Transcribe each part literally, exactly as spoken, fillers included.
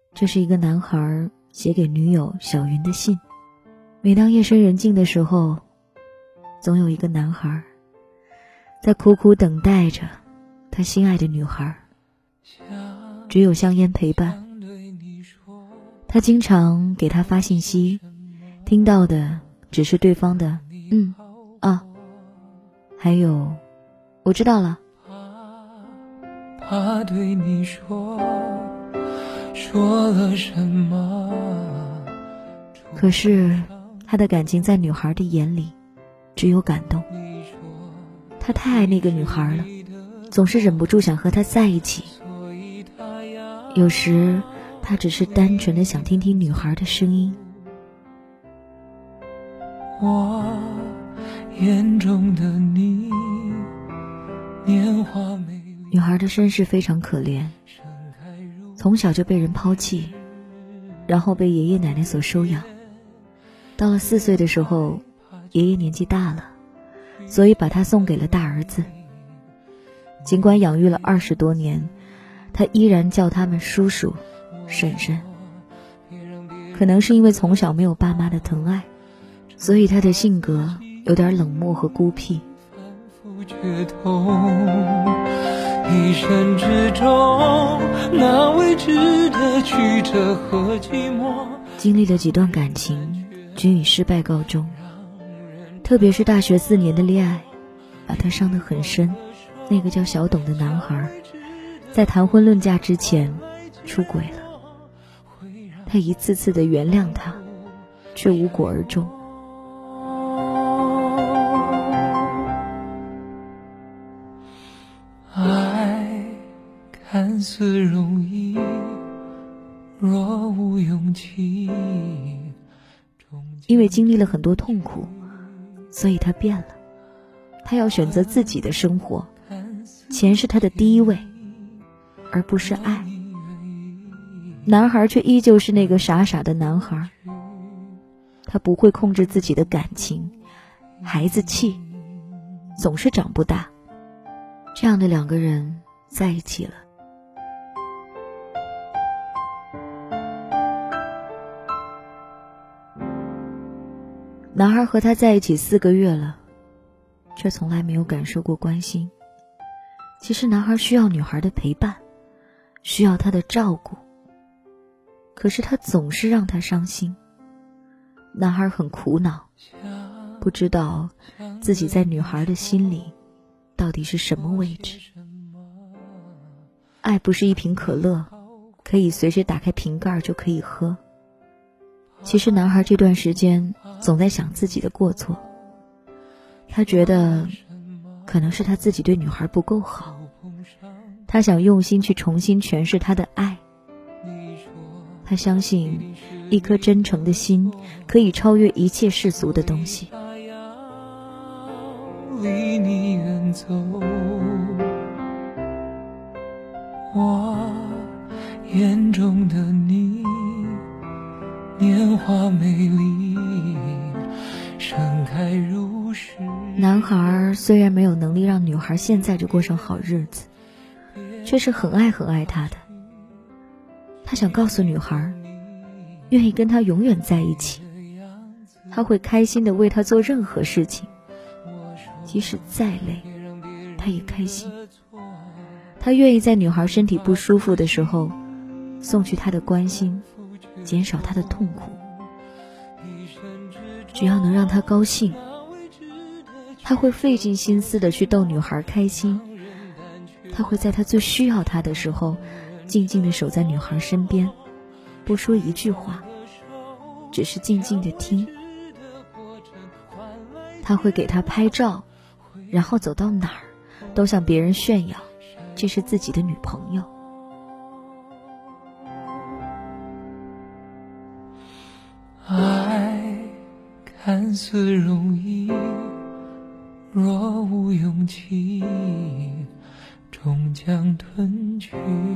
这是一个男孩写给女友小云的信。每当夜深人静的时候，总有一个男孩在苦苦等待着他心爱的女孩，只有香烟陪伴。他经常给他发信息，听到的只是对方的嗯啊，还有我知道了。 怕对你说说了什么， 可是他的感情在女孩的眼里只有感动。他太爱那个女孩了，总是忍不住想和她在一起。有时他只是单纯的想听听女孩的声音。 我眼中的你，年华美丽。 女孩的身世非常可怜，从小就被人抛弃，然后被爷爷奶奶所收养。到了四岁的时候，爷爷年纪大了，所以把她送给了大儿子。尽管养育了二十多年，他依然叫他们叔叔婶婶。可能是因为从小没有爸妈的疼爱，所以他的性格有点冷漠和孤僻。 一生之中那未知的曲折和寂寞， 经历了几段感情均以失败告终，特别是大学四年的恋爱把他伤得很深。那个叫小董的男孩在谈婚论嫁之前出轨了，他一次次的原谅他，却无果而终。 爱看似容易，若无勇气。 因为经历了很多痛苦，所以他变了。他要选择自己的生活，钱是他的第一位，而不是爱。男孩却依旧是那个傻傻的男孩，他不会控制自己的感情，孩子气，总是长不大。这样的两个人在一起了。男孩和他在一起四个月了，却从来没有感受过关心。其实男孩需要女孩的陪伴，需要她的照顾，可是他总是让她伤心。男孩很苦恼，不知道自己在女孩的心里到底是什么位置。爱不是一瓶可乐，可以随时打开瓶盖就可以喝。其实男孩这段时间总在想自己的过错，他觉得可能是他自己对女孩不够好，他想用心去重新诠释他的爱。他相信一颗真诚的心可以超越一切世俗的东西。 离你远走，我眼中的你，年华美丽，盛开如诗。 男孩虽然没有能力让女孩现在就过上好日子，却是很爱很爱她的。他想告诉女孩，愿意跟她永远在一起，他会开心地为她做任何事情，即使再累他也开心。他愿意在女孩身体不舒服的时候送去她的关心，减少她的痛苦。只要能让她高兴，他会费尽心思地去逗女孩开心。他会在她最需要他的时候静静地守在女孩身边，不说一句话，只是静静地听。他会给她拍照，然后走到哪儿都向别人炫耀这是自己的女朋友。 爱看似容易，若无勇气，终将吞去。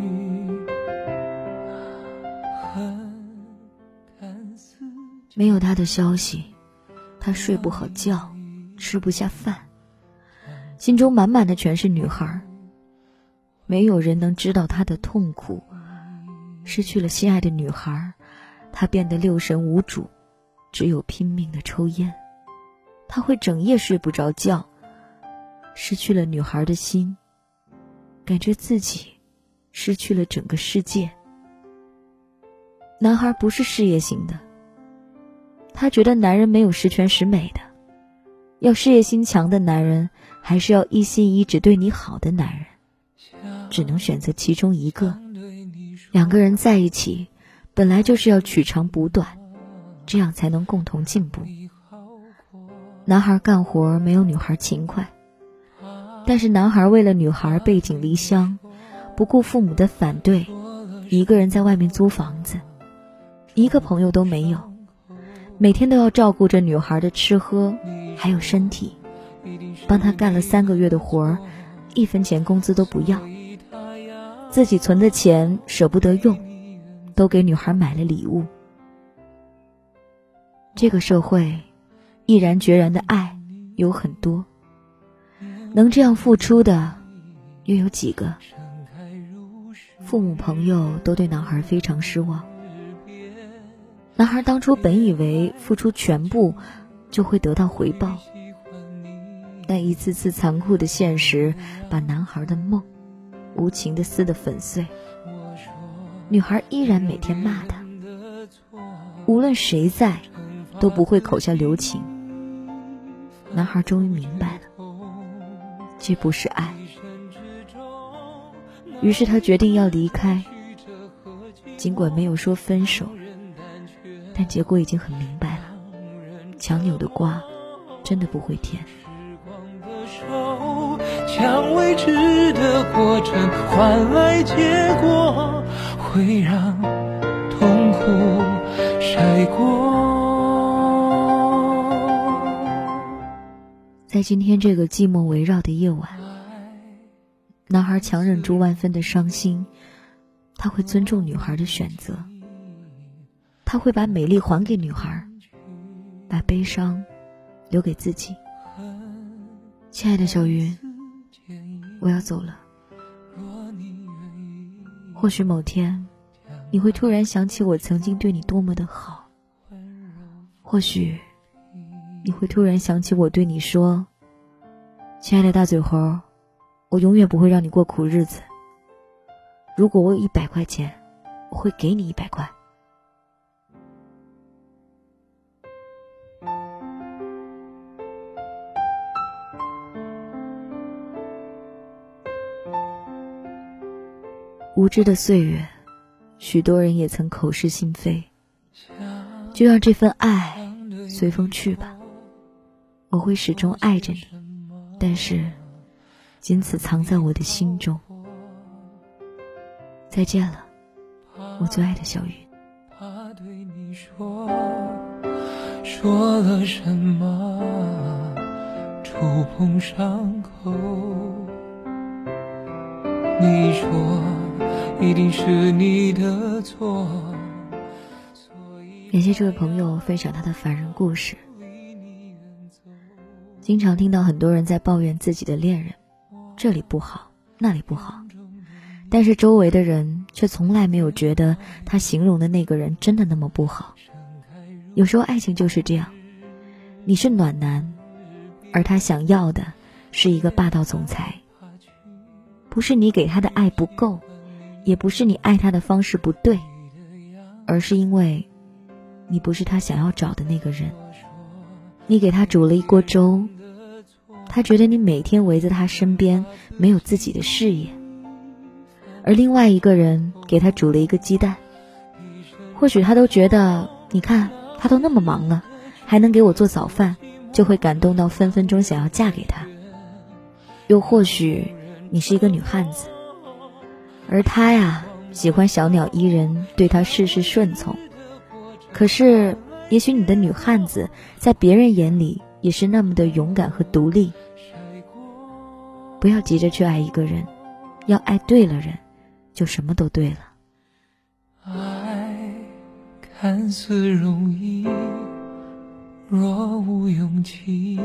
没有他的消息，他睡不好觉，吃不下饭，心中满满的全是女孩。没有人能知道他的痛苦， 失去了心爱的女孩，他变得六神无主，只有拼命的抽烟。他会整夜睡不着觉，失去了女孩的心，感觉自己失去了整个世界。男孩不是事业型的，他觉得男人没有十全十美的，要事业心强的男人，还是要一心一意只对你好的男人，只能选择其中一个。两个人在一起，本来就是要取长补短，这样才能共同进步。男孩干活没有女孩勤快，但是男孩为了女孩背井离乡，不顾父母的反对，一个人在外面租房子，一个朋友都没有，每天都要照顾着女孩的吃喝还有身体，帮她干了三个月的活，一分钱工资都不要，自己存的钱舍不得用，都给女孩买了礼物。这个社会毅然决然的爱有很多，能这样付出的又有几个？父母朋友都对男孩非常失望。男孩当初本以为付出全部就会得到回报，但一次次残酷的现实把男孩的梦无情地撕得粉碎。女孩依然每天骂他，无论谁在都不会口下留情。男孩终于明白了，这不是爱。于是他决定要离开，尽管没有说分手，但结果已经很明白了，强扭的瓜真的不会甜。 将未知的过程换来结果，会让痛苦晒过。 在今天这个寂寞围绕的夜晚，男孩强忍住万分的伤心，他会尊重女孩的选择，他会把美丽还给女孩，把悲伤留给自己。亲爱的小云，我要走了。或许某天你会突然想起我曾经对你多么的好，或许你会突然想起我对你说，亲爱的大嘴猴，我永远不会让你过苦日子，如果我有一百块钱，我会给你一百块。无知的岁月，许多人也曾口是心非，就让这份爱随风去吧。我会始终爱着你，但是仅此藏在我的心中。再见了，我最爱的小云。 怕对你说说了什么触碰伤口，你说一定是你的错。 感谢这位朋友分享他的凡人故事。经常听到很多人在抱怨自己的恋人，这里不好，那里不好，但是周围的人却从来没有觉得他形容的那个人真的那么不好。有时候爱情就是这样，你是暖男，而他想要的是一个霸道总裁。不是你给他的爱不够，也不是你爱他的方式不对，而是因为你不是他想要找的那个人。你给他煮了一锅粥，他觉得你每天围在他身边，没有自己的事业。而另外一个人给他煮了一个鸡蛋，或许他都觉得，你看他都那么忙了，还能给我做早饭，就会感动到分分钟想要嫁给他。又或许你是一个女汉子，而他呀喜欢小鸟依人，对他事事顺从。可是也许你的女汉子在别人眼里也是那么的勇敢和独立。不要急着去爱一个人，要爱对了人，就什么都对了。 爱看似容易，若无勇气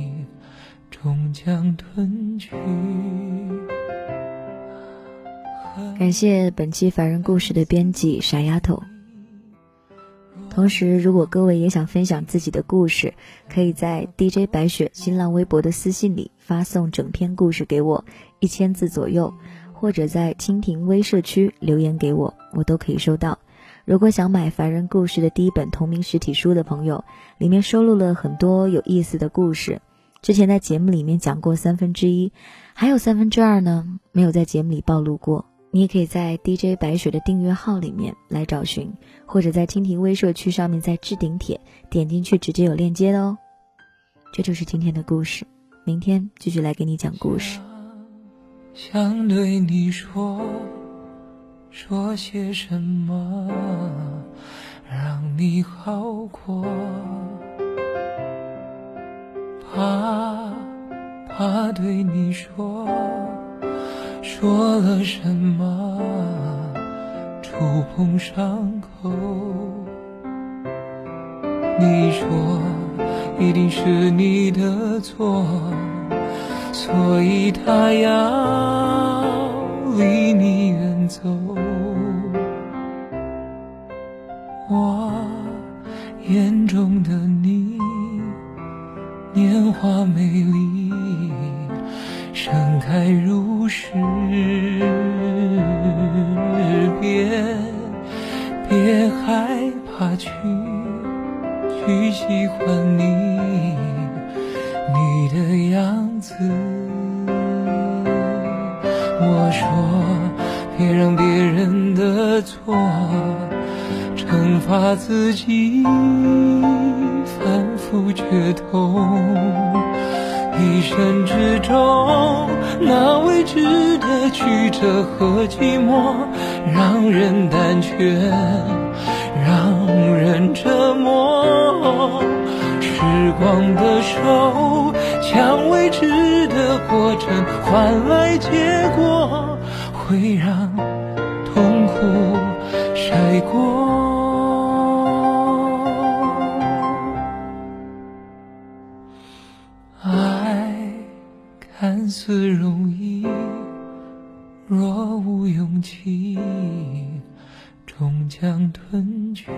终将吞去。 感谢本期凡人故事的编辑傻丫头。同时如果各位也想分享自己的故事，可以在 D J 白雪新浪微博的私信里发送整篇故事给我，一千字左右，或者在蜻蜓微社区留言给我，我都可以收到。如果想买凡人故事的第一本同名实体书的朋友，里面收录了很多有意思的故事，之前在节目里面讲过三分之一，还有三分之二呢没有在节目里暴露过。你也可以在 D J 白雪的订阅号里面来找寻，或者在蜻蜓微社区上面在置顶帖点进去直接有链接的哦。这就是今天的故事，明天继续来给你讲故事。 想对你说说些什么让你好过，怕怕对你说说了什么触碰伤口，你说一定是你的错，所以他要离你远走。我眼中的你年华美丽，盛开如诗，别别害怕去去喜欢你你的样子。我说别让别人的错惩罚自己，反复却痛，一生之中那未知的曲折和寂寞，让人胆怯，让人折磨。时光的手将未知的过程换来结果，会让痛苦晒过。爱看似容易，若无勇气终将吞去，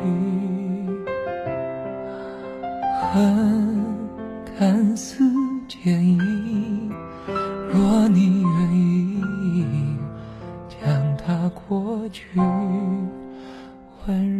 恨看似坚毅，若你愿意将它过去，温